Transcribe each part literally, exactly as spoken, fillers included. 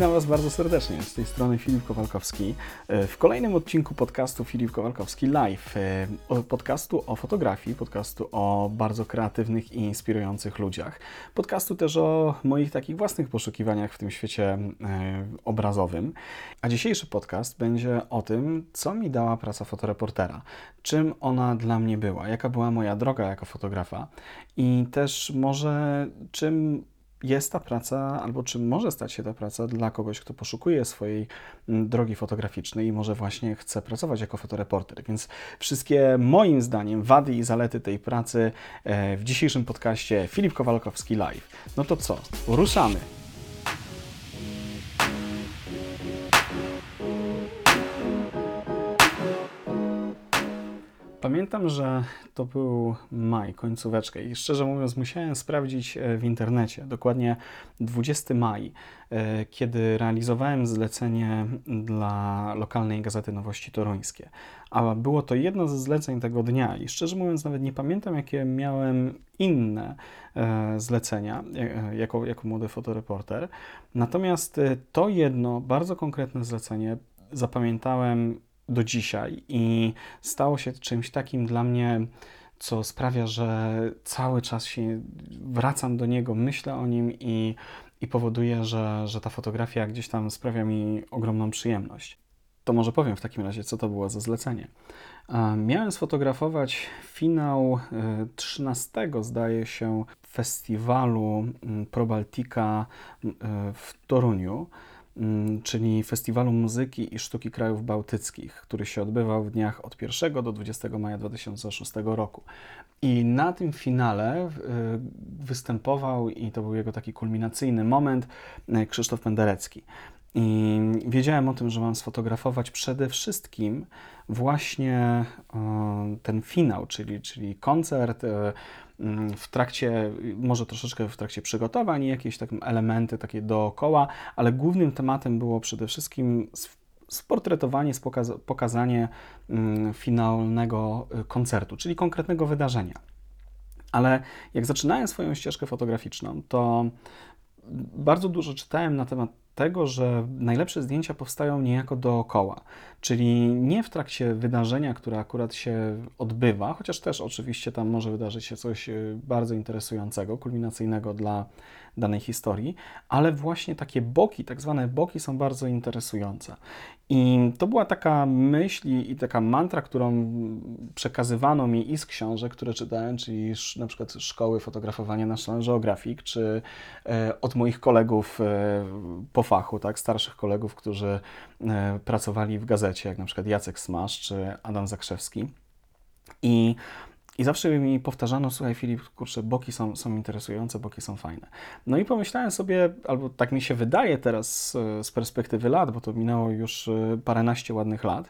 Witam Was bardzo serdecznie. Z tej strony Filip Kowalkowski. W kolejnym odcinku podcastu Filip Kowalkowski Live. Podcastu o fotografii, podcastu o bardzo kreatywnych i inspirujących ludziach. Podcastu też o moich takich własnych poszukiwaniach w tym świecie obrazowym. A dzisiejszy podcast będzie o tym, co mi dała praca fotoreportera. Czym ona dla mnie była, jaka była moja droga jako fotografa i też może czym jest ta praca, albo czym może stać się ta praca dla kogoś, kto poszukuje swojej drogi fotograficznej i może właśnie chce pracować jako fotoreporter. Więc wszystkie, moim zdaniem, wady i zalety tej pracy w dzisiejszym podcaście Filip Kowalkowski Live. No to co? Ruszamy! Pamiętam, że to był maj, końcóweczka i szczerze mówiąc musiałem sprawdzić w internecie, dokładnie dwudziestego maja, kiedy realizowałem zlecenie dla lokalnej gazety Nowości Toruńskie. A było to jedno ze zleceń tego dnia i szczerze mówiąc nawet nie pamiętam, jakie miałem inne zlecenia jako, jako młody fotoreporter. Natomiast to jedno bardzo konkretne zlecenie zapamiętałem do dzisiaj i stało się czymś takim dla mnie, co sprawia, że cały czas się wracam do niego, myślę o nim i, i powoduje, że, że ta fotografia gdzieś tam sprawia mi ogromną przyjemność. To może powiem w takim razie, co to było za zlecenie. Miałem sfotografować finał trzynastego, zdaje się, festiwalu ProBaltica w Toruniu, czyli Festiwalu Muzyki i Sztuki Krajów Bałtyckich, który się odbywał w dniach od pierwszego do dwudziestego maja dwa tysiące szóstego roku. I na tym finale występował, i to był jego taki kulminacyjny moment, Krzysztof Penderecki. I wiedziałem o tym, że mam sfotografować przede wszystkim właśnie ten finał, czyli, czyli koncert w trakcie, może troszeczkę w trakcie przygotowań i jakieś takie elementy takie dookoła, ale głównym tematem było przede wszystkim sportretowanie, pokazanie finalnego koncertu, czyli konkretnego wydarzenia. Ale jak zaczynałem swoją ścieżkę fotograficzną, to bardzo dużo czytałem na temat tego, że najlepsze zdjęcia powstają niejako dookoła, czyli nie w trakcie wydarzenia, które akurat się odbywa, chociaż też oczywiście tam może wydarzyć się coś bardzo interesującego, kulminacyjnego dla danej historii, ale właśnie takie boki, tak zwane boki są bardzo interesujące. I to była taka myśl i taka mantra, którą przekazywano mi i z książek, które czytałem, czyli na przykład szkoły fotografowania National Geographic, czy od moich kolegów po fachu, tak, starszych kolegów, którzy pracowali w gazecie, jak na przykład Jacek Smasz czy Adam Zakrzewski. I I zawsze mi powtarzano, słuchaj Filip, kurczę, boki są, są interesujące, boki są fajne. No i pomyślałem sobie, albo tak mi się wydaje teraz z perspektywy lat, bo to minęło już paręnaście ładnych lat,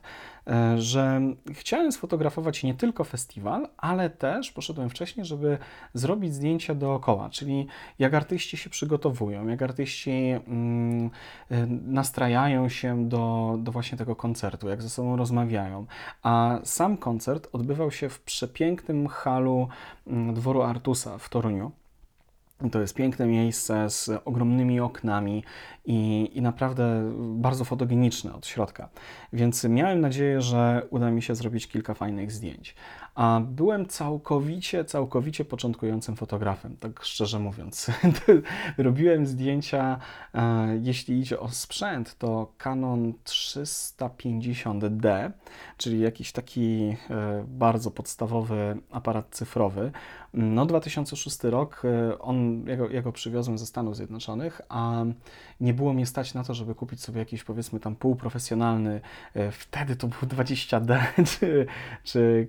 że chciałem sfotografować nie tylko festiwal, ale też poszedłem wcześniej, żeby zrobić zdjęcia dookoła, czyli jak artyści się przygotowują, jak artyści mm, nastrajają się do, do właśnie tego koncertu, jak ze sobą rozmawiają. A sam koncert odbywał się w przepięknym halu Dworu Artusa w Toruniu. To jest piękne miejsce z ogromnymi oknami i, i naprawdę bardzo fotogeniczne od środka. Więc miałem nadzieję, że uda mi się zrobić kilka fajnych zdjęć. A byłem całkowicie, całkowicie początkującym fotografem, tak szczerze mówiąc. Robiłem zdjęcia, e, jeśli idzie o sprzęt, to Canon trzysta pięćdziesiąt D, czyli jakiś taki e, bardzo podstawowy aparat cyfrowy. No dwa tysiące szósty rok, on, ja, go, ja go przywiozłem ze Stanów Zjednoczonych, a nie było mnie stać na to, żeby kupić sobie jakiś, powiedzmy tam półprofesjonalny, wtedy to był dwadzieścia D, czy, czy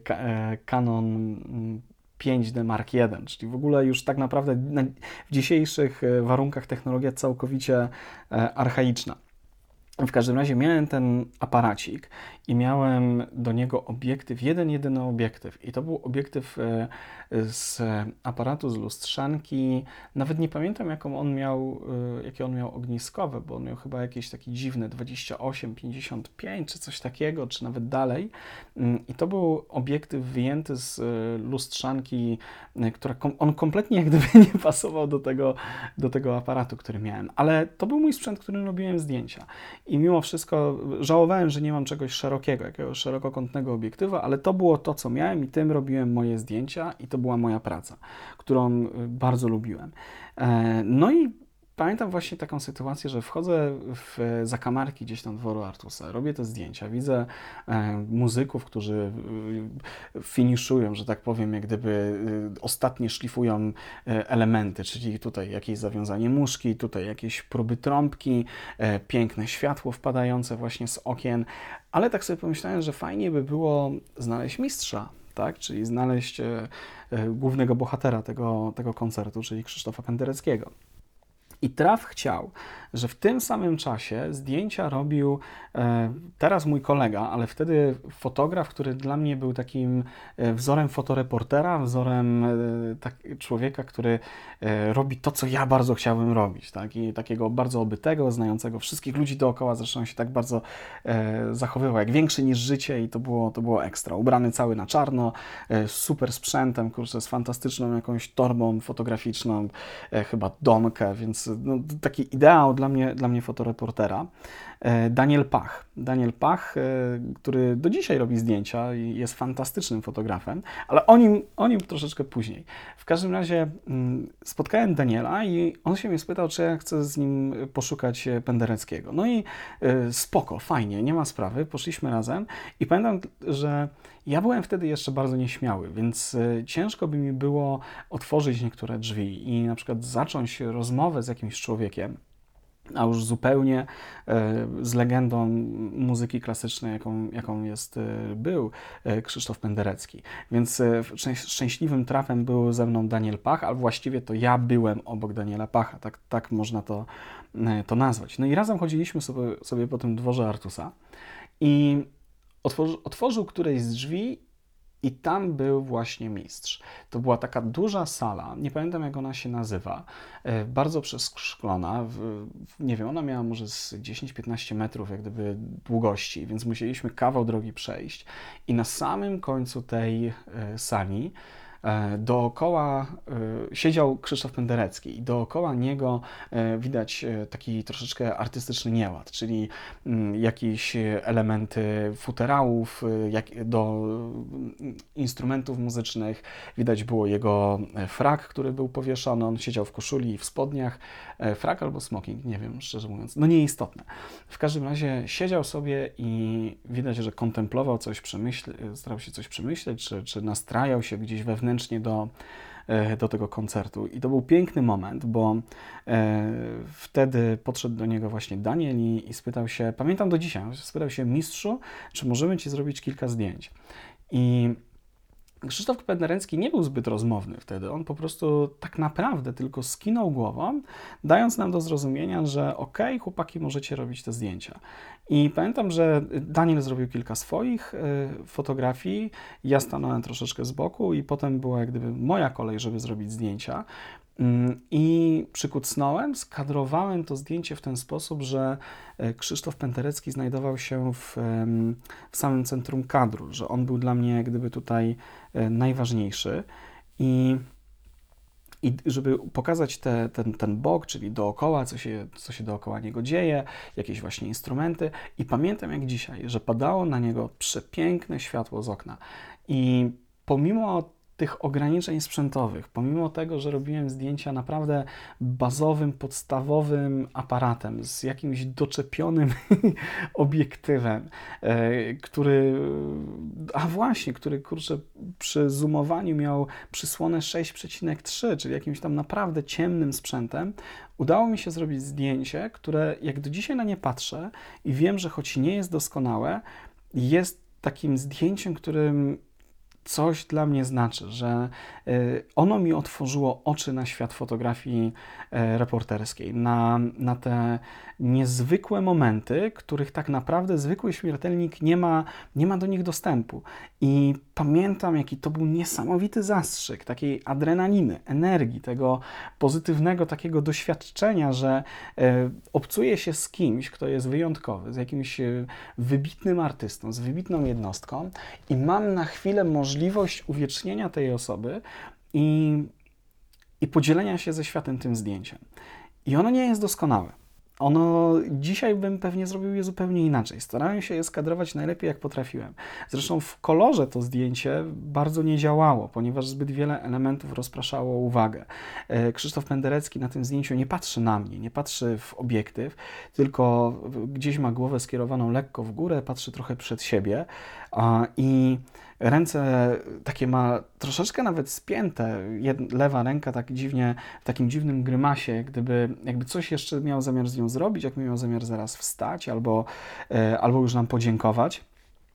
Canon pięć D Mark jeden, czyli w ogóle już tak naprawdę w dzisiejszych warunkach technologia całkowicie archaiczna. W każdym razie miałem ten aparacik i miałem do niego obiektyw, jeden jedyny obiektyw. I to był obiektyw e, z aparatu z lustrzanki. Nawet nie pamiętam, jaką on miał, e, jakie on miał ogniskowe, bo on miał chyba jakieś takie dziwne dwadzieścia osiem pięćdziesiąt pięć czy coś takiego, czy nawet dalej. Mm, I to był obiektyw wyjęty z e, lustrzanki, e, która kom, on kompletnie jak gdyby nie pasował do tego, do tego aparatu, który miałem. Ale to był mój sprzęt, którym robiłem zdjęcia. I mimo wszystko żałowałem, że nie mam czegoś szerokiego, jakiegoś szerokokątnego obiektywa, ale to było to, co miałem i tym robiłem moje zdjęcia i to była moja praca, którą bardzo lubiłem. No i pamiętam właśnie taką sytuację, że wchodzę w zakamarki gdzieś tam dworu Artusa, robię te zdjęcia, widzę e, muzyków, którzy e, finiszują, że tak powiem, jak gdyby e, ostatnie szlifują e, elementy, czyli tutaj jakieś zawiązanie muszki, tutaj jakieś próby trąbki, e, piękne światło wpadające właśnie z okien, ale tak sobie pomyślałem, że fajnie by było znaleźć mistrza, tak? Czyli znaleźć e, e, głównego bohatera tego, tego koncertu, czyli Krzysztofa Pendereckiego. I traf chciał, że w tym samym czasie zdjęcia robił e, teraz mój kolega, ale wtedy fotograf, który dla mnie był takim e, wzorem fotoreportera, wzorem e, tak, człowieka, który e, robi to, co ja bardzo chciałbym robić. Tak? I takiego bardzo obytego, znającego wszystkich ludzi dookoła, zresztą się tak bardzo e, zachowywał, jak większy niż życie i to było, to było ekstra. Ubrany cały na czarno, e, super sprzętem, kurczę, z fantastyczną jakąś torbą fotograficzną, e, chyba domkę, więc no, taki ideał dla mnie, dla mnie fotoreportera. Daniel Pach. Daniel Pach, który do dzisiaj robi zdjęcia i jest fantastycznym fotografem, ale o nim, o nim troszeczkę później. W każdym razie spotkałem Daniela i on się mnie spytał, czy ja chcę z nim poszukać Pendereckiego. No i spoko, fajnie, nie ma sprawy, poszliśmy razem i pamiętam, że ja byłem wtedy jeszcze bardzo nieśmiały, więc ciężko by mi było otworzyć niektóre drzwi i na przykład zacząć rozmowę z jakimś człowiekiem, a już zupełnie e, z legendą muzyki klasycznej, jaką, jaką jest, e, był e, Krzysztof Penderecki. Więc e, szczęśliwym trafem był ze mną Daniel Pach, ale właściwie to ja byłem obok Daniela Pacha, tak, tak można to, e, to nazwać. No i razem chodziliśmy sobie, sobie po tym dworze Artusa i otworzy, otworzył któreś z drzwi i tam był właśnie mistrz. To była taka duża sala, nie pamiętam jak ona się nazywa, bardzo przeszklona, nie wiem, ona miała może z dziesięć piętnaście metrów jak gdyby długości, więc musieliśmy kawał drogi przejść i na samym końcu tej sali dookoła siedział Krzysztof Penderecki i dookoła niego widać taki troszeczkę artystyczny nieład, czyli jakieś elementy futerałów do instrumentów muzycznych. Widać było jego frak, który był powieszony, on siedział w koszuli i w spodniach. Frak albo smoking, nie wiem, szczerze mówiąc, no nieistotne. W każdym razie siedział sobie i widać, że kontemplował coś, przemyśl, starał się coś przemyśleć, czy, czy nastrajał się gdzieś wewnętrznie do, do tego koncertu. I to był piękny moment, bo e, wtedy podszedł do niego właśnie Daniel i, i spytał się, pamiętam do dzisiaj, spytał się: mistrzu, czy możemy Ci zrobić kilka zdjęć? I Krzysztof Penderecki nie był zbyt rozmowny wtedy, on po prostu tak naprawdę tylko skinął głową, dając nam do zrozumienia, że okej, okay, chłopaki, możecie robić te zdjęcia. I pamiętam, że Daniel zrobił kilka swoich y, fotografii, ja stanąłem troszeczkę z boku i potem była jak gdyby moja kolej, żeby zrobić zdjęcia. I przykucnąłem, skadrowałem to zdjęcie w ten sposób, że Krzysztof Penderecki znajdował się w, w samym centrum kadru, że on był dla mnie jak gdyby tutaj najważniejszy i, i żeby pokazać te, ten, ten bok, czyli dookoła, co się, co się dookoła niego dzieje, jakieś właśnie instrumenty i pamiętam jak dzisiaj, że padało na niego przepiękne światło z okna i pomimo tych ograniczeń sprzętowych, pomimo tego, że robiłem zdjęcia naprawdę bazowym, podstawowym aparatem, z jakimś doczepionym obiektywem, e, który, a właśnie, który, kurczę, przy zoomowaniu miał przysłonę sześć przecinek trzy, czyli jakimś tam naprawdę ciemnym sprzętem, udało mi się zrobić zdjęcie, które jak do dzisiaj na nie patrzę i wiem, że choć nie jest doskonałe, jest takim zdjęciem, którym coś dla mnie znaczy, że y, ono mi otworzyło oczy na świat fotografii e, reporterskiej, na, na te niezwykłe momenty, których tak naprawdę zwykły śmiertelnik nie ma, nie ma do nich dostępu. I pamiętam, jaki to był niesamowity zastrzyk takiej adrenaliny, energii, tego pozytywnego takiego doświadczenia, że e, obcuje się z kimś, kto jest wyjątkowy, z jakimś e, wybitnym artystą, z wybitną jednostką i mam na chwilę możliwość uwiecznienia tej osoby i, i podzielenia się ze światem tym zdjęciem. I ono nie jest doskonałe. Ono, dzisiaj bym pewnie zrobił je zupełnie inaczej. Starałem się je skadrować najlepiej, jak potrafiłem. Zresztą w kolorze to zdjęcie bardzo nie działało, ponieważ zbyt wiele elementów rozpraszało uwagę. Krzysztof Penderecki na tym zdjęciu nie patrzy na mnie, nie patrzy w obiektyw, tylko gdzieś ma głowę skierowaną lekko w górę, patrzy trochę przed siebie i ręce takie ma troszeczkę nawet spięte, Jed, lewa ręka tak dziwnie, w takim dziwnym grymasie, gdyby jakby coś jeszcze miał zamiar z nią zrobić, jakby miał zamiar zaraz wstać albo, e, albo już nam podziękować.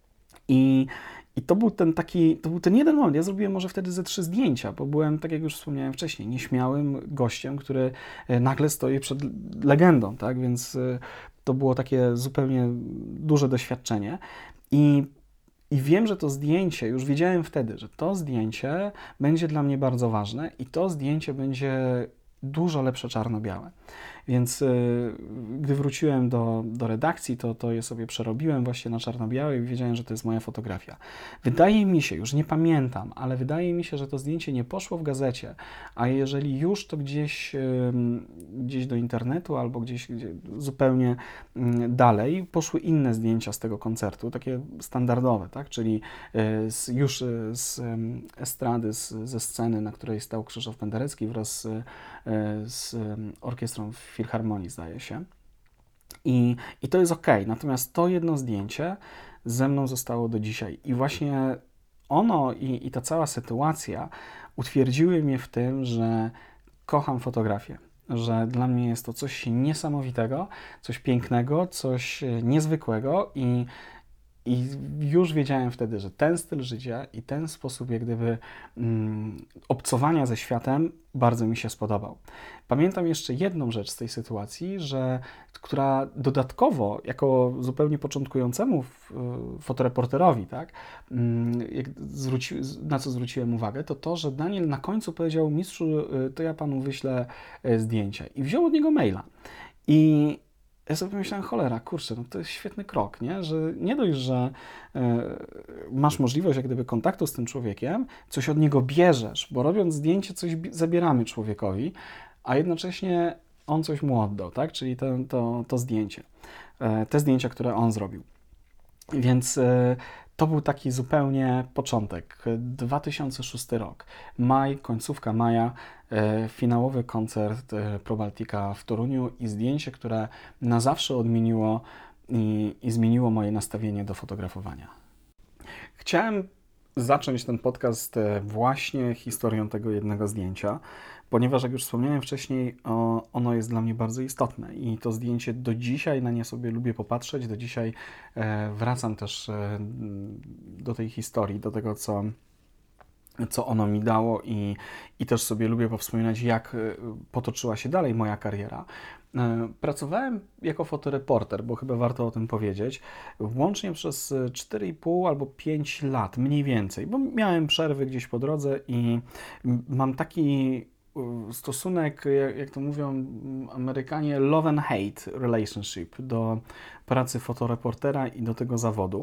I, I to był ten taki, to był ten jeden moment. Ja zrobiłem może wtedy ze trzy zdjęcia, bo byłem, tak jak już wspomniałem wcześniej, nieśmiałym gościem, który nagle stoi przed legendą, tak? Więc e, to było takie zupełnie duże doświadczenie. I I wiem, że to zdjęcie, już wiedziałem wtedy, że to zdjęcie będzie dla mnie bardzo ważne i to zdjęcie będzie dużo lepsze czarno-białe. Więc y, gdy wróciłem do, do redakcji, to, to je sobie przerobiłem właśnie na czarno-białe i wiedziałem, że to jest moja fotografia. Wydaje mi się, już nie pamiętam, ale wydaje mi się, że to zdjęcie nie poszło w gazecie, a jeżeli już, to gdzieś, y, gdzieś do internetu albo gdzieś gdzie zupełnie y, dalej poszły inne zdjęcia z tego koncertu, takie standardowe, tak? Czyli y, z, już y, z y, estrady, z, ze sceny, na której stał Krzysztof Penderecki wraz z, y, z y, orkiestrą Filharmonii, zdaje się. I, I to jest ok. Natomiast to jedno zdjęcie ze mną zostało do dzisiaj. I właśnie ono i, i ta cała sytuacja utwierdziły mnie w tym, że kocham fotografię. Że dla mnie jest to coś niesamowitego, coś pięknego, coś niezwykłego i I już wiedziałem wtedy, że ten styl życia i ten sposób jak gdyby mm, obcowania ze światem bardzo mi się spodobał. Pamiętam jeszcze jedną rzecz z tej sytuacji, że, która dodatkowo, jako zupełnie początkującemu fotoreporterowi, tak, jak zwróci, na co zwróciłem uwagę, to to, że Daniel na końcu powiedział: mistrzu, to ja panu wyślę zdjęcia. I wziął od niego maila. I ja sobie pomyślałem, cholera, kurczę, no to jest świetny krok, nie? Że nie dość, że y, masz możliwość jak gdyby kontaktu z tym człowiekiem, coś od niego bierzesz, bo robiąc zdjęcie coś zabieramy człowiekowi, a jednocześnie on coś mu oddał, tak? Czyli to, to, to zdjęcie, y, te zdjęcia, które on zrobił. Więc y, to był taki zupełnie początek. dwa tysiące szósty rok, maj, końcówka maja, e, finałowy koncert e, Pro Baltica w Toruniu i zdjęcie, które na zawsze odmieniło i, i zmieniło moje nastawienie do fotografowania. Chciałem zacząć ten podcast właśnie historią tego jednego zdjęcia, ponieważ jak już wspomniałem wcześniej, ono jest dla mnie bardzo istotne i to zdjęcie do dzisiaj na nie sobie lubię popatrzeć, do dzisiaj wracam też do tej historii, do tego, co, co ono mi dało i, i też sobie lubię powspominać, jak potoczyła się dalej moja kariera. Pracowałem jako fotoreporter, bo chyba warto o tym powiedzieć, łącznie przez cztery i pół albo pięć lat, mniej więcej, bo miałem przerwy gdzieś po drodze i mam taki stosunek, jak to mówią Amerykanie, love and hate relationship do pracy fotoreportera i do tego zawodu.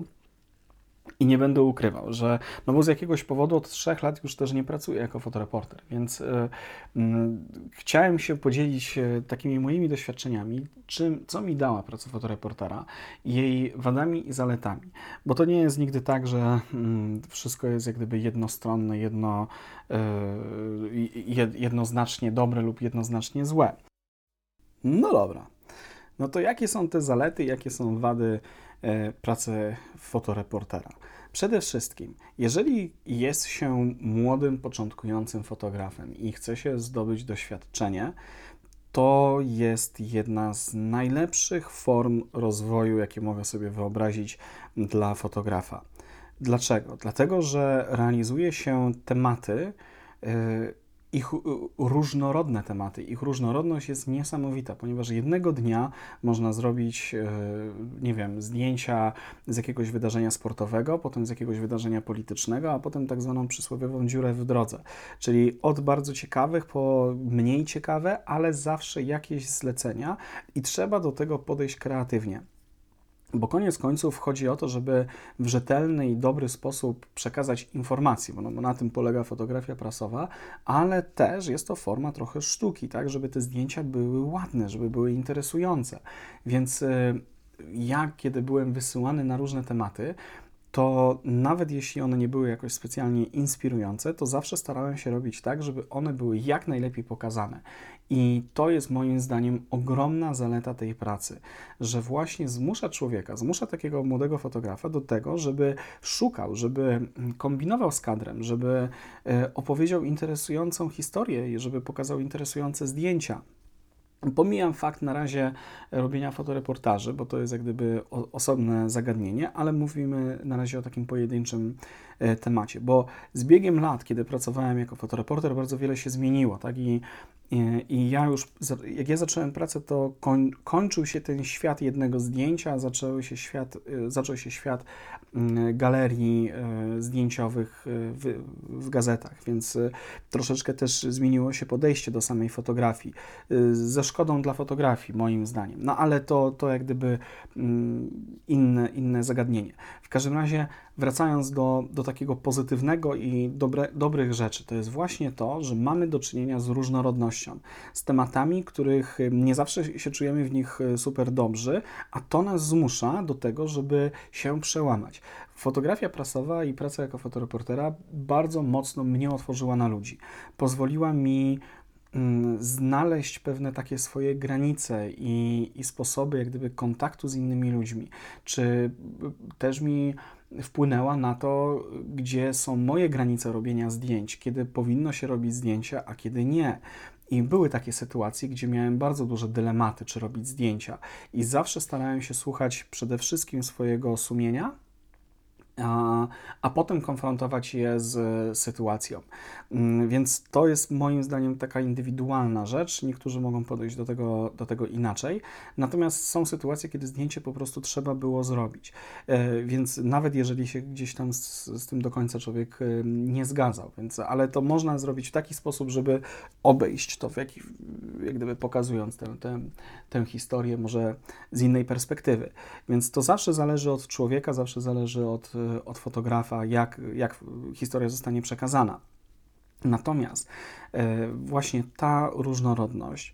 I nie będę ukrywał, że no bo z jakiegoś powodu od trzech lat już też nie pracuję jako fotoreporter, więc y, y, chciałem się podzielić takimi moimi doświadczeniami, czym, co mi dała praca fotoreportera, jej wadami i zaletami. Bo to nie jest nigdy tak, że y, wszystko jest jak gdyby jednostronne, jedno, y, jednoznacznie dobre lub jednoznacznie złe. No dobra, no to jakie są te zalety, jakie są wady pracy fotoreportera? Przede wszystkim, jeżeli jest się młodym, początkującym fotografem i chce się zdobyć doświadczenie, to jest jedna z najlepszych form rozwoju, jakie mogę sobie wyobrazić dla fotografa. Dlaczego? Dlatego, że realizuje się tematy, y, ich y, różnorodne tematy. Ich różnorodność jest niesamowita, ponieważ jednego dnia można zrobić, y, nie wiem, zdjęcia z jakiegoś wydarzenia sportowego, potem z jakiegoś wydarzenia politycznego, a potem tak zwaną przysłowiową dziurę w drodze. Czyli od bardzo ciekawych po mniej ciekawe, ale zawsze jakieś zlecenia i trzeba do tego podejść kreatywnie. Bo koniec końców chodzi o to, żeby w rzetelny i dobry sposób przekazać informacje, bo, no, bo na tym polega fotografia prasowa, ale też jest to forma trochę sztuki, tak, żeby te zdjęcia były ładne, żeby były interesujące. Więc y, ja, kiedy byłem wysyłany na różne tematy, to nawet jeśli one nie były jakoś specjalnie inspirujące, to zawsze starałem się robić tak, żeby one były jak najlepiej pokazane. I to jest moim zdaniem ogromna zaleta tej pracy, że właśnie zmusza człowieka, zmusza takiego młodego fotografa do tego, żeby szukał, żeby kombinował z kadrem, żeby opowiedział interesującą historię i żeby pokazał interesujące zdjęcia. Pomijam fakt na razie robienia fotoreportaży, bo to jest jak gdyby osobne zagadnienie, ale mówimy na razie o takim pojedynczym temacie, bo z biegiem lat, kiedy pracowałem jako fotoreporter, bardzo wiele się zmieniło, tak? I, i, i ja już, jak ja zacząłem pracę, to koń, kończył się ten świat jednego zdjęcia, zaczął się świat, zaczął się świat galerii zdjęciowych w, w gazetach, więc troszeczkę też zmieniło się podejście do samej fotografii, ze szkodą dla fotografii, moim zdaniem. No ale to, to jak gdyby inne, inne zagadnienie. W każdym razie, wracając do, do takiego pozytywnego i dobre, dobrych rzeczy, to jest właśnie to, że mamy do czynienia z różnorodnością, z tematami, których nie zawsze się czujemy w nich super dobrzy, a to nas zmusza do tego, żeby się przełamać. Fotografia prasowa i praca jako fotoreportera bardzo mocno mnie otworzyła na ludzi. Pozwoliła mi znaleźć pewne takie swoje granice i, i sposoby jak gdyby kontaktu z innymi ludźmi, czy też mi wpłynęła na to, gdzie są moje granice robienia zdjęć, kiedy powinno się robić zdjęcia, a kiedy nie. I były takie sytuacje, gdzie miałem bardzo duże dylematy, czy robić zdjęcia i zawsze starałem się słuchać przede wszystkim swojego sumienia, A, a potem konfrontować je z sytuacją. Więc to jest moim zdaniem taka indywidualna rzecz. Niektórzy mogą podejść do tego, do tego inaczej. Natomiast są sytuacje, kiedy zdjęcie po prostu trzeba było zrobić. Więc nawet jeżeli się gdzieś tam z, z tym do końca człowiek nie zgadzał, więc, ale to można zrobić w taki sposób, żeby obejść to, w jaki, jak gdyby pokazując tę, tę, tę historię może z innej perspektywy. Więc to zawsze zależy od człowieka, zawsze zależy od od fotografa, jak, jak historia zostanie przekazana. Natomiast e, właśnie ta różnorodność,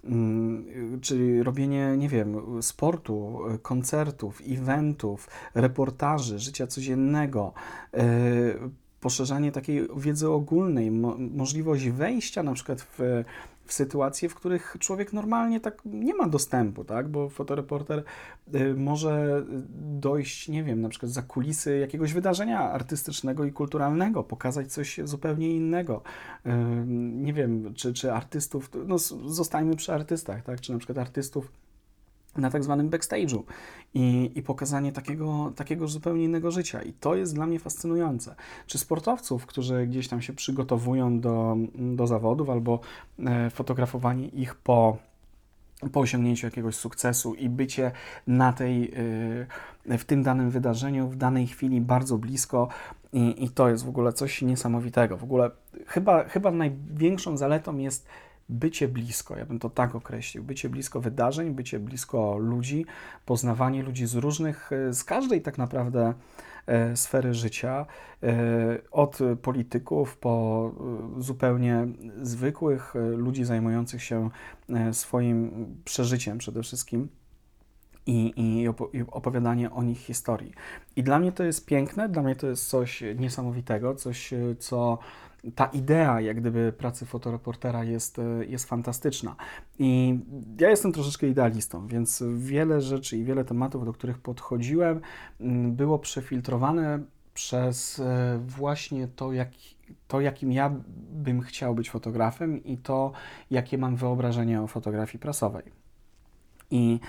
czyli robienie, nie wiem, sportu, koncertów, eventów, reportaży, życia codziennego, e, poszerzanie takiej wiedzy ogólnej, mo możliwość wejścia na przykład w w sytuacje, w których człowiek normalnie tak nie ma dostępu, tak? Bo fotoreporter y, może dojść, nie wiem, na przykład za kulisy jakiegoś wydarzenia artystycznego i kulturalnego, pokazać coś zupełnie innego. Y, nie wiem, czy, czy artystów, no zostańmy przy artystach, tak? Czy na przykład artystów na tak zwanym backstage'u i, i pokazanie takiego, takiego zupełnie innego życia. I to jest dla mnie fascynujące. Czy sportowców, którzy gdzieś tam się przygotowują do, do zawodów albo e, fotografowanie ich po, po osiągnięciu jakiegoś sukcesu i bycie na tej, e, w tym danym wydarzeniu, w danej chwili bardzo blisko i, i to jest w ogóle coś niesamowitego. W ogóle chyba, chyba największą zaletą jest bycie blisko, ja bym to tak określił, bycie blisko wydarzeń, bycie blisko ludzi, poznawanie ludzi z różnych, z każdej tak naprawdę e, sfery życia, e, od polityków po e, zupełnie zwykłych e, ludzi zajmujących się e, swoim przeżyciem przede wszystkim. I, i, opo- i opowiadanie o nich historii. I dla mnie to jest piękne, dla mnie to jest coś niesamowitego, coś, co ta idea, jak gdyby pracy fotoreportera jest, jest fantastyczna. I ja jestem troszeczkę idealistą, więc wiele rzeczy i wiele tematów, do których podchodziłem, było przefiltrowane przez właśnie to, jak, to, jakim ja bym chciał być fotografem i to, jakie mam wyobrażenie o fotografii prasowej. I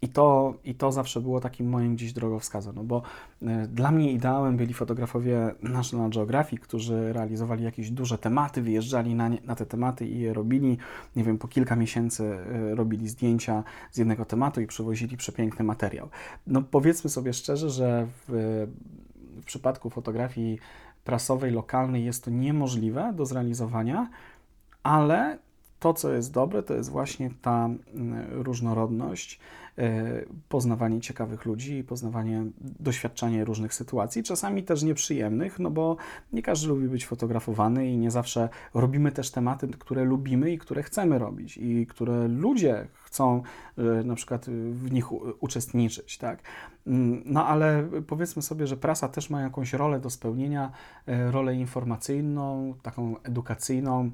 I to, I to zawsze było takim moim gdzieś drogowskazem, no bo y, dla mnie ideałem byli fotografowie National Geographic, którzy realizowali jakieś duże tematy, wyjeżdżali na, nie, na te tematy i je robili, nie wiem, po kilka miesięcy y, robili zdjęcia z jednego tematu i przywozili przepiękny materiał. No powiedzmy sobie szczerze, że w, w przypadku fotografii prasowej, lokalnej jest to niemożliwe do zrealizowania, ale to, co jest dobre, to jest właśnie ta różnorodność, poznawanie ciekawych ludzi, poznawanie, doświadczanie różnych sytuacji, czasami też nieprzyjemnych, no bo nie każdy lubi być fotografowany i nie zawsze robimy też tematy, które lubimy i które chcemy robić i które ludzie chcą na przykład w nich uczestniczyć, tak? No ale powiedzmy sobie, że prasa też ma jakąś rolę do spełnienia, rolę informacyjną, taką edukacyjną,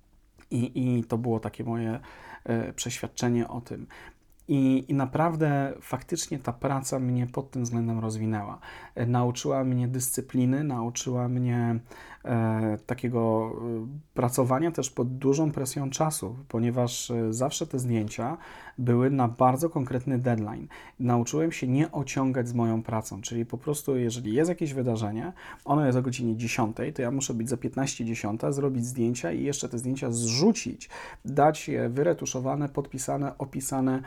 I, I to było takie moje e, przeświadczenie o tym. I, I naprawdę faktycznie ta praca mnie pod tym względem rozwinęła. E, nauczyła mnie dyscypliny, nauczyła mnie e, takiego e, pracowania też pod dużą presją czasu, ponieważ e, zawsze te zdjęcia były na bardzo konkretny deadline. Nauczyłem się nie ociągać z moją pracą, czyli po prostu jeżeli jest jakieś wydarzenie, ono jest o godzinie dziesiątej, to ja muszę być za piętnaście dziesiąta, zrobić zdjęcia i jeszcze te zdjęcia zrzucić, dać je wyretuszowane, podpisane, opisane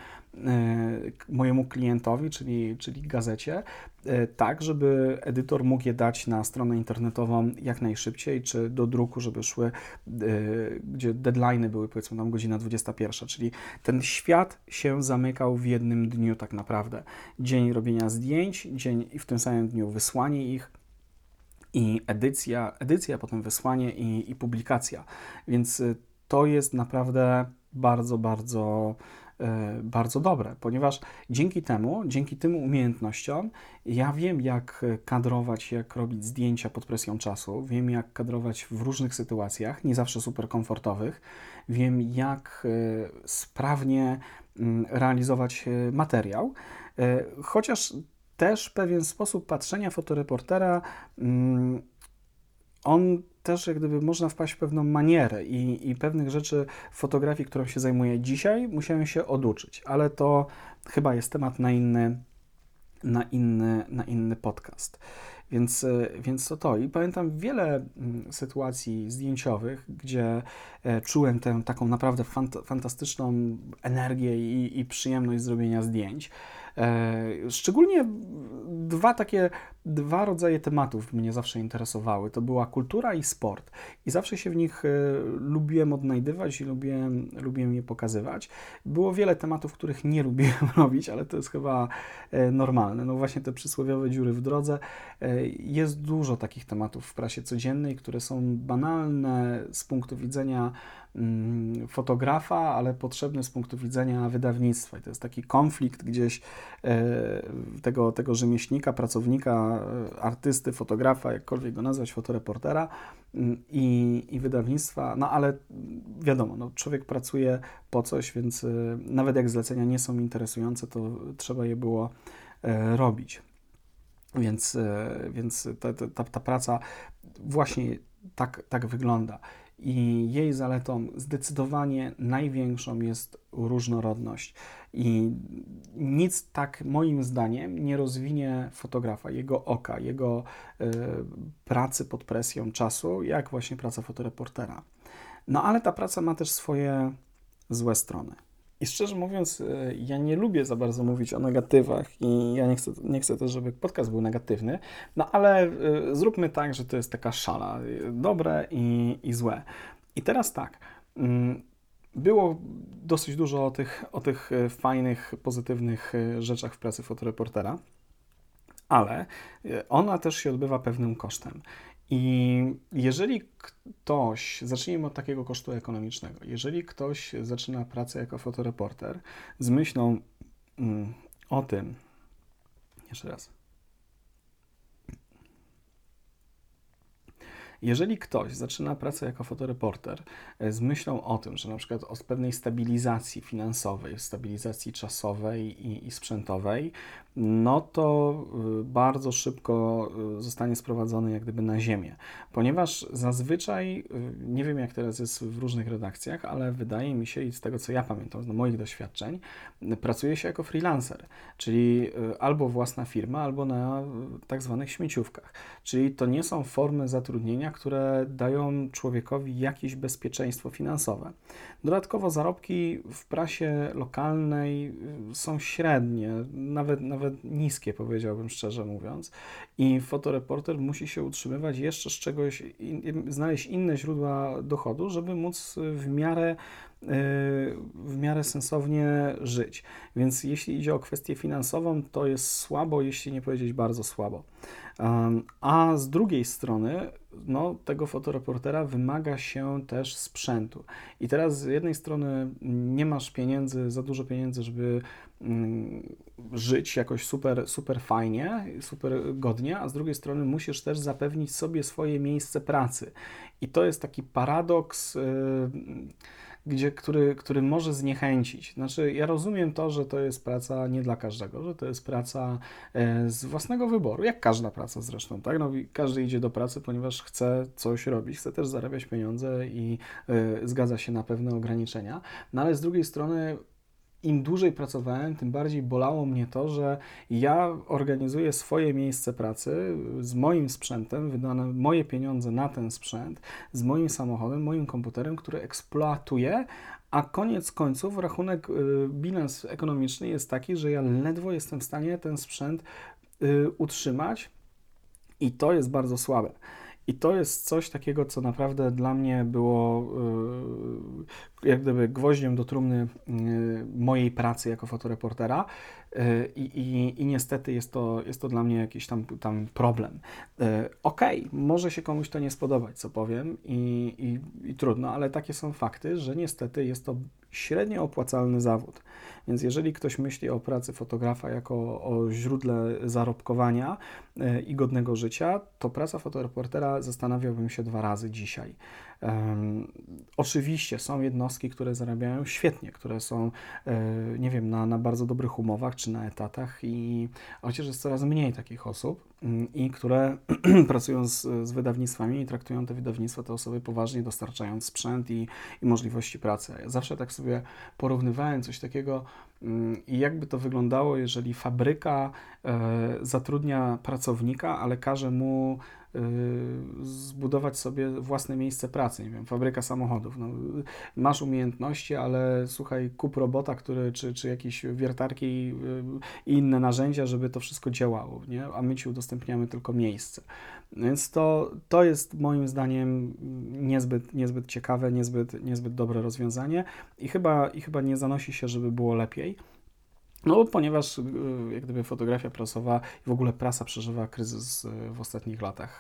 mojemu klientowi, czyli, czyli gazecie, tak, żeby edytor mógł je dać na stronę internetową jak najszybciej, czy do druku, żeby szły, gdzie deadline'y były, powiedzmy tam godzina dwudziesta pierwsza, czyli ten świat się zamykał w jednym dniu tak naprawdę. Dzień robienia zdjęć, dzień i w tym samym dniu wysłanie ich, i edycja, edycja, potem wysłanie i, i publikacja. Więc to jest naprawdę bardzo, bardzo bardzo dobre, ponieważ dzięki temu, dzięki tym umiejętnościom ja wiem, jak kadrować, jak robić zdjęcia pod presją czasu, wiem, jak kadrować w różnych sytuacjach, nie zawsze super komfortowych, wiem, jak sprawnie realizować materiał, chociaż też pewien sposób patrzenia fotoreportera, on też jak gdyby można wpaść w pewną manierę i, i pewnych rzeczy w fotografii, którą się zajmuję dzisiaj, musiałem się oduczyć, ale to chyba jest temat na inny, na inny, na inny podcast. Więc, więc to to. I pamiętam wiele sytuacji zdjęciowych, gdzie czułem tę taką naprawdę fant fantastyczną energię i, i przyjemność zrobienia zdjęć. Szczególnie dwa takie, dwa rodzaje tematów mnie zawsze interesowały. To była kultura i sport. I zawsze się w nich lubiłem odnajdywać i lubiłem, lubiłem je pokazywać. Było wiele tematów, których nie lubiłem robić, ale to jest chyba normalne. No właśnie te przysłowiowe dziury w drodze. Jest dużo takich tematów w prasie codziennej, które są banalne z punktu widzenia fotografa, ale potrzebny z punktu widzenia wydawnictwa. I to jest taki konflikt gdzieś tego, tego rzemieślnika, pracownika, artysty, fotografa, jakkolwiek go nazwać, fotoreportera i, i wydawnictwa. No ale wiadomo, no, człowiek pracuje po coś, więc nawet jak zlecenia nie są interesujące, to trzeba je było robić. Więc, więc ta, ta, ta praca właśnie tak, tak wygląda. I jej zaletą zdecydowanie największą jest różnorodność. I nic tak moim zdaniem nie rozwinie fotografa, jego oka, jego y, pracy pod presją czasu, jak właśnie praca fotoreportera. No ale ta praca ma też swoje złe strony. I szczerze mówiąc, ja nie lubię za bardzo mówić o negatywach i ja nie chcę, nie chcę też, żeby podcast był negatywny, no ale y, zróbmy tak, że to jest taka szala, y, dobre i, i złe. I teraz tak, y, było dosyć dużo o tych, o tych fajnych, pozytywnych rzeczach w pracy fotoreportera, ale ona też się odbywa pewnym kosztem. I jeżeli ktoś, zacznijmy od takiego kosztu ekonomicznego, jeżeli ktoś zaczyna pracę jako fotoreporter z myślą mm, o tym, jeszcze raz, Jeżeli ktoś zaczyna pracę jako fotoreporter e, z myślą o tym, że na przykład o pewnej stabilizacji finansowej, stabilizacji czasowej i, i sprzętowej, no to y, bardzo szybko y, zostanie sprowadzony jak gdyby na ziemię, ponieważ zazwyczaj, y, nie wiem jak teraz jest w różnych redakcjach, ale wydaje mi się i z tego co ja pamiętam, z moich doświadczeń, y, pracuje się jako freelancer, czyli y, albo własna firma, albo na y, tak zwanych śmieciówkach, czyli to nie są formy zatrudnienia, które dają człowiekowi jakieś bezpieczeństwo finansowe. Dodatkowo zarobki w prasie lokalnej y, są średnie, nawet, nawet niskie, powiedziałbym szczerze mówiąc, i fotoreporter musi się utrzymywać jeszcze z czegoś, in, znaleźć inne źródła dochodu, żeby móc w miarę w miarę sensownie żyć. Więc jeśli idzie o kwestię finansową, to jest słabo, jeśli nie powiedzieć bardzo słabo. A z drugiej strony, no, tego fotoreportera wymaga się też sprzętu. I teraz z jednej strony nie masz pieniędzy, za dużo pieniędzy, żeby mm, żyć jakoś super, super fajnie, super godnie, a z drugiej strony musisz też zapewnić sobie swoje miejsce pracy. I to jest taki paradoks, yy, gdzie, który, który może zniechęcić. Znaczy, ja rozumiem to, że to jest praca nie dla każdego, że to jest praca e, z własnego wyboru, jak każda praca zresztą, tak? No, każdy idzie do pracy, ponieważ chce coś robić, chce też zarabiać pieniądze i e, zgadza się na pewne ograniczenia, no ale z drugiej strony im dłużej pracowałem, tym bardziej bolało mnie to, że ja organizuję swoje miejsce pracy z moim sprzętem, wydane moje pieniądze na ten sprzęt, z moim samochodem, moim komputerem, który eksploatuję, a koniec końców rachunek, bilans ekonomiczny jest taki, że ja ledwo jestem w stanie ten sprzęt utrzymać i to jest bardzo słabe. I to jest coś takiego, co naprawdę dla mnie było yy, jak gdyby gwoździem do trumny yy, mojej pracy jako fotoreportera yy, i, i niestety jest to, jest to dla mnie jakiś tam, tam problem. Yy, Okej, okay, może się komuś to nie spodobać, co powiem i, i, i trudno, ale takie są fakty, że niestety jest to średnio opłacalny zawód. Więc jeżeli ktoś myśli o pracy fotografa jako o źródle zarobkowania yy, i godnego życia, to praca fotoreportera zastanawiałbym się dwa razy dzisiaj. Um, oczywiście są jednostki, które zarabiają świetnie, które są, e, nie wiem, na, na bardzo dobrych umowach czy na etatach, i chociaż jest coraz mniej takich osób mm, i które pracują z, z wydawnictwami i traktują te wydawnictwa, te osoby poważnie, dostarczając sprzęt i, i możliwości pracy. Ja zawsze tak sobie porównywałem coś takiego mm, i jakby to wyglądało, jeżeli fabryka e, zatrudnia pracownika, ale każe mu zbudować sobie własne miejsce pracy, nie wiem, fabryka samochodów. No, masz umiejętności, ale słuchaj, kup robota, który, czy, czy jakieś wiertarki i inne narzędzia, żeby to wszystko działało, nie? A my Ci udostępniamy tylko miejsce. Więc to, to jest moim zdaniem niezbyt, niezbyt ciekawe, niezbyt, niezbyt dobre rozwiązanie i chyba, i chyba nie zanosi się, żeby było lepiej. No, ponieważ jak gdyby fotografia prasowa i w ogóle prasa przeżywa kryzys w ostatnich latach,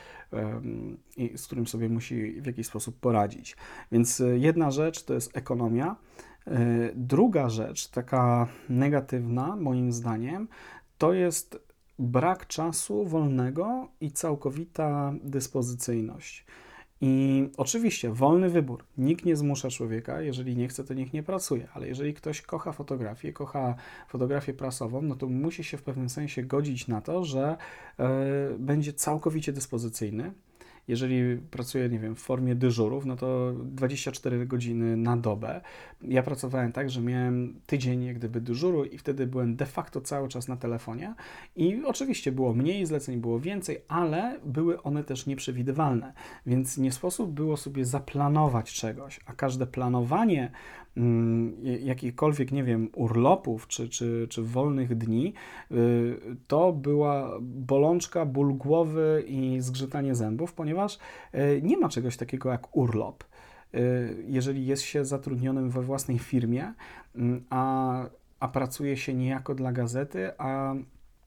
i z którym sobie musi w jakiś sposób poradzić. Więc jedna rzecz to jest ekonomia. Druga rzecz, taka negatywna moim zdaniem, to jest brak czasu wolnego i całkowita dyspozycyjność. I oczywiście wolny wybór. Nikt nie zmusza człowieka, jeżeli nie chce, to niech nie pracuje, ale jeżeli ktoś kocha fotografię, kocha fotografię prasową, no to musi się w pewnym sensie godzić na to, że y, będzie całkowicie dyspozycyjny. Jeżeli pracuję, nie wiem, w formie dyżurów, no to dwadzieścia cztery godziny na dobę. Ja pracowałem tak, że miałem tydzień jak gdyby dyżuru i wtedy byłem de facto cały czas na telefonie i oczywiście było mniej zleceń, było więcej, ale były one też nieprzewidywalne, więc nie sposób było sobie zaplanować czegoś, a każde planowanie jakichkolwiek, nie wiem, urlopów czy, czy, czy wolnych dni, to była bolączka, ból głowy i zgrzytanie zębów, ponieważ nie ma czegoś takiego jak urlop. Jeżeli jest się zatrudnionym we własnej firmie, a, a pracuje się niejako dla gazety, a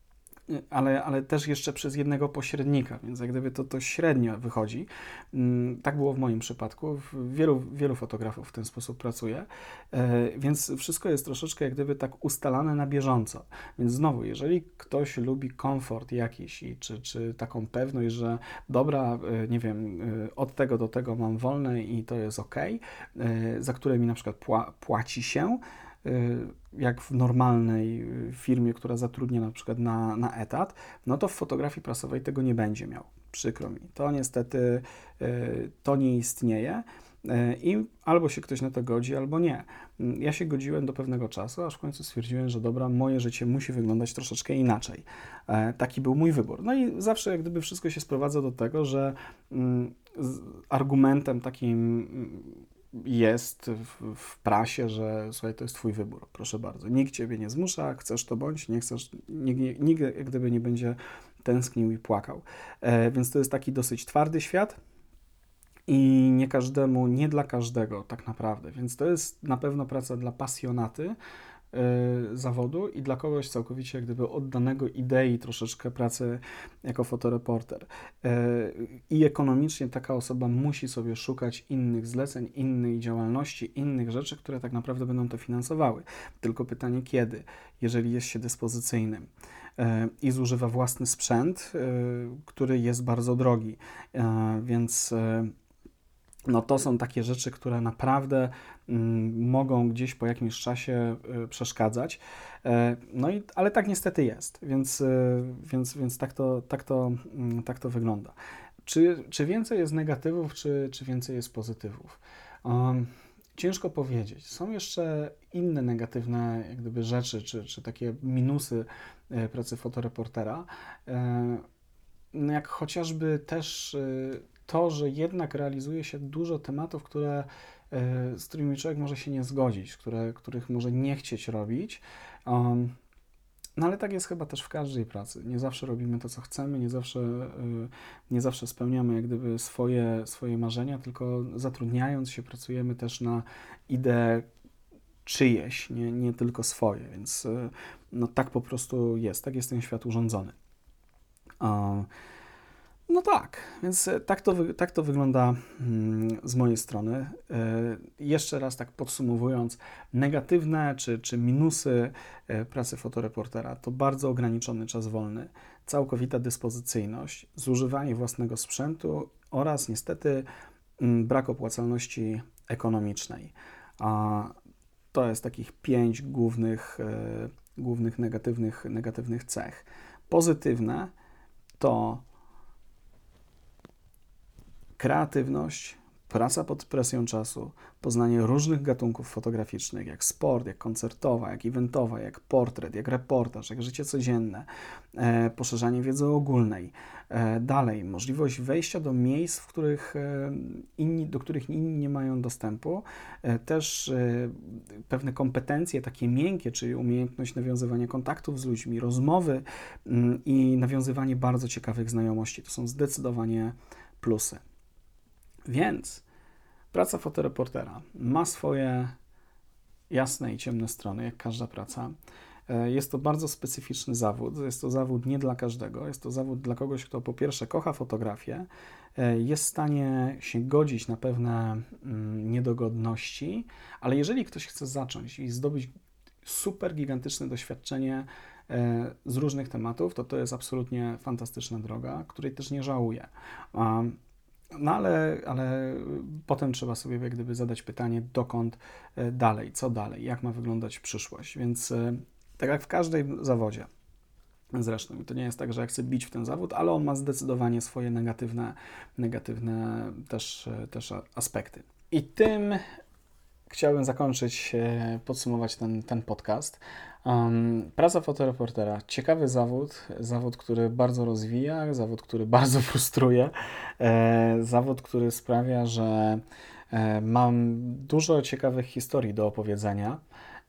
ale, ale też jeszcze przez jednego pośrednika, więc jak gdyby to, to średnio wychodzi. Tak było w moim przypadku. Wielu, wielu fotografów w ten sposób pracuje, więc wszystko jest troszeczkę jak gdyby tak ustalane na bieżąco. Więc znowu, jeżeli ktoś lubi komfort jakiś i czy, czy taką pewność, że dobra, nie wiem, od tego do tego mam wolne i to jest ok, za które mi na przykład pła- płaci się, jak w normalnej firmie, która zatrudnia na przykład na, na etat, no to w fotografii prasowej tego nie będzie miał. Przykro mi. To niestety to nie istnieje i albo się ktoś na to godzi, albo nie. Ja się godziłem do pewnego czasu, aż w końcu stwierdziłem, że dobra, moje życie musi wyglądać troszeczkę inaczej. Taki był mój wybór. No i zawsze jak gdyby wszystko się sprowadza do tego, że argumentem takim jest w, w prasie, że słuchaj, to jest twój wybór, proszę bardzo. Nikt ciebie nie zmusza, chcesz to bądź, nie chcesz, nikt, nikt jak gdyby nie będzie tęsknił i płakał. E, więc to jest taki dosyć twardy świat i nie każdemu, nie dla każdego tak naprawdę. Więc to jest na pewno praca dla pasjonaty zawodu i dla kogoś całkowicie jak gdyby oddanego idei troszeczkę pracy jako fotoreporter. I ekonomicznie taka osoba musi sobie szukać innych zleceń, innej działalności, innych rzeczy, które tak naprawdę będą to finansowały. Tylko pytanie kiedy, jeżeli jest się dyspozycyjnym i zużywa własny sprzęt, który jest bardzo drogi. Więc no to są takie rzeczy, które naprawdę mm, mogą gdzieś po jakimś czasie y, przeszkadzać. E, no i, ale tak niestety jest, więc, y, więc, więc tak, to, tak, to, y, tak to wygląda. Czy, czy więcej jest negatywów, czy, czy więcej jest pozytywów? Um, ciężko powiedzieć. Są jeszcze inne negatywne jak gdyby rzeczy, czy, czy takie minusy y, pracy fotoreportera, e, no jak chociażby też y, to, że jednak realizuje się dużo tematów, które, z którymi człowiek może się nie zgodzić, które, których może nie chcieć robić. Um, no ale tak jest chyba też w każdej pracy. Nie zawsze robimy to, co chcemy, nie zawsze, nie zawsze spełniamy jak gdyby swoje, swoje marzenia, tylko zatrudniając się pracujemy też na ideę czyjeś, nie, nie tylko swoje, więc no tak po prostu jest, tak jest ten świat urządzony. Um, No tak, więc tak to, tak to wygląda z mojej strony. Jeszcze raz tak podsumowując, negatywne czy, czy minusy pracy fotoreportera to bardzo ograniczony czas wolny, całkowita dyspozycyjność, zużywanie własnego sprzętu oraz niestety brak opłacalności ekonomicznej. A to jest takich pięć głównych, głównych negatywnych, negatywnych cech. Pozytywne to kreatywność, praca pod presją czasu, poznanie różnych gatunków fotograficznych, jak sport, jak koncertowa, jak eventowa, jak portret, jak reportaż, jak życie codzienne, e, poszerzanie wiedzy ogólnej. E, dalej, możliwość wejścia do miejsc, w których, e, inni, do których inni nie mają dostępu. E, też e, pewne kompetencje takie miękkie, czyli umiejętność nawiązywania kontaktów z ludźmi, rozmowy mm, i nawiązywanie bardzo ciekawych znajomości. To są zdecydowanie plusy. Więc praca fotoreportera ma swoje jasne i ciemne strony, jak każda praca. Jest to bardzo specyficzny zawód, jest to zawód nie dla każdego, jest to zawód dla kogoś, kto po pierwsze kocha fotografię, jest w stanie się godzić na pewne niedogodności, ale jeżeli ktoś chce zacząć i zdobyć super gigantyczne doświadczenie z różnych tematów, to to jest absolutnie fantastyczna droga, której też nie żałuję. No ale, ale potem trzeba sobie jak gdyby zadać pytanie, dokąd dalej, co dalej, jak ma wyglądać przyszłość. Więc tak jak w każdym zawodzie zresztą, i to nie jest tak, że ja chcę bić w ten zawód, ale on ma zdecydowanie swoje negatywne, negatywne też, też aspekty. I tym chciałbym zakończyć, podsumować ten, ten podcast. Um, praca fotoreportera. Ciekawy zawód, zawód, który bardzo rozwija, zawód, który bardzo frustruje, e, zawód, który sprawia, że e, mam dużo ciekawych historii do opowiedzenia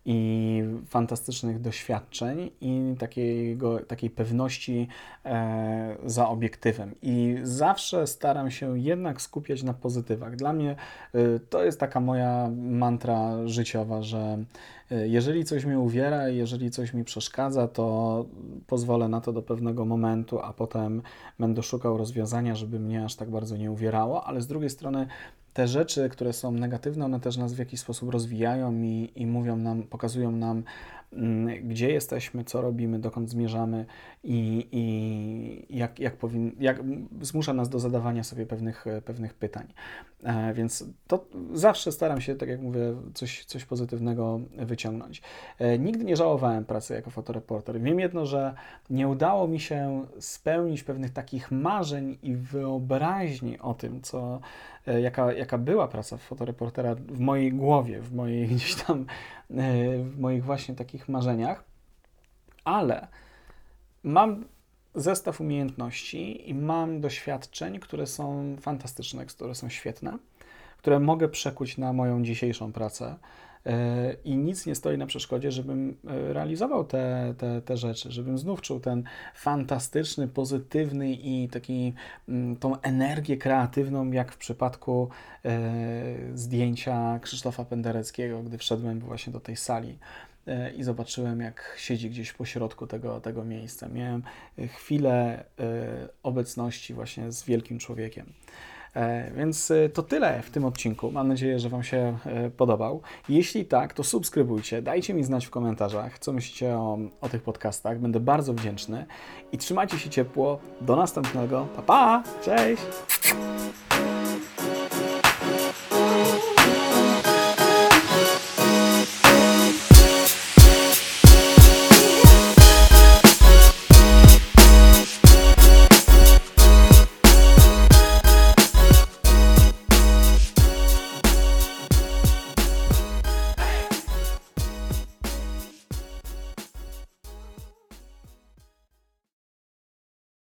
i fantastycznych doświadczeń i takiego, takiej pewności e, za obiektywem. I zawsze staram się jednak skupiać na pozytywach. Dla mnie e, to jest taka moja mantra życiowa, że e, jeżeli coś mnie uwiera, jeżeli coś mi przeszkadza, to pozwolę na to do pewnego momentu, a potem będę szukał rozwiązania, żeby mnie aż tak bardzo nie uwierało, ale z drugiej strony te rzeczy, które są negatywne, one też nas w jakiś sposób rozwijają i, i mówią nam, pokazują nam, mm, gdzie jesteśmy, co robimy, dokąd zmierzamy i, i jak, jak, powin, jak zmusza nas do zadawania sobie pewnych, pewnych pytań. E, więc to zawsze staram się, tak jak mówię, coś, coś pozytywnego wyciągnąć. E, nigdy nie żałowałem pracy jako fotoreporter. Wiem jedno, że nie udało mi się spełnić pewnych takich marzeń i wyobraźni o tym, co Jaka, jaka była praca fotoreportera w mojej głowie, w mojej gdzieś tam, w moich właśnie takich marzeniach, ale mam zestaw umiejętności i mam doświadczeń, które są fantastyczne, które są świetne, które mogę przekuć na moją dzisiejszą pracę. I nic nie stoi na przeszkodzie, żebym realizował te, te, te rzeczy, żebym znów czuł ten fantastyczny, pozytywny i taki, tą energię kreatywną, jak w przypadku e, zdjęcia Krzysztofa Pendereckiego, gdy wszedłem właśnie do tej sali e, i zobaczyłem, jak siedzi gdzieś po środku tego, tego miejsca. Miałem chwilę e, obecności właśnie z wielkim człowiekiem. Więc to tyle w tym odcinku. Mam nadzieję, że Wam się podobał. Jeśli tak, to subskrybujcie, dajcie mi znać w komentarzach, co myślicie o, o tych podcastach. Będę bardzo wdzięczny i trzymajcie się ciepło. Do następnego. Pa, pa! Cześć!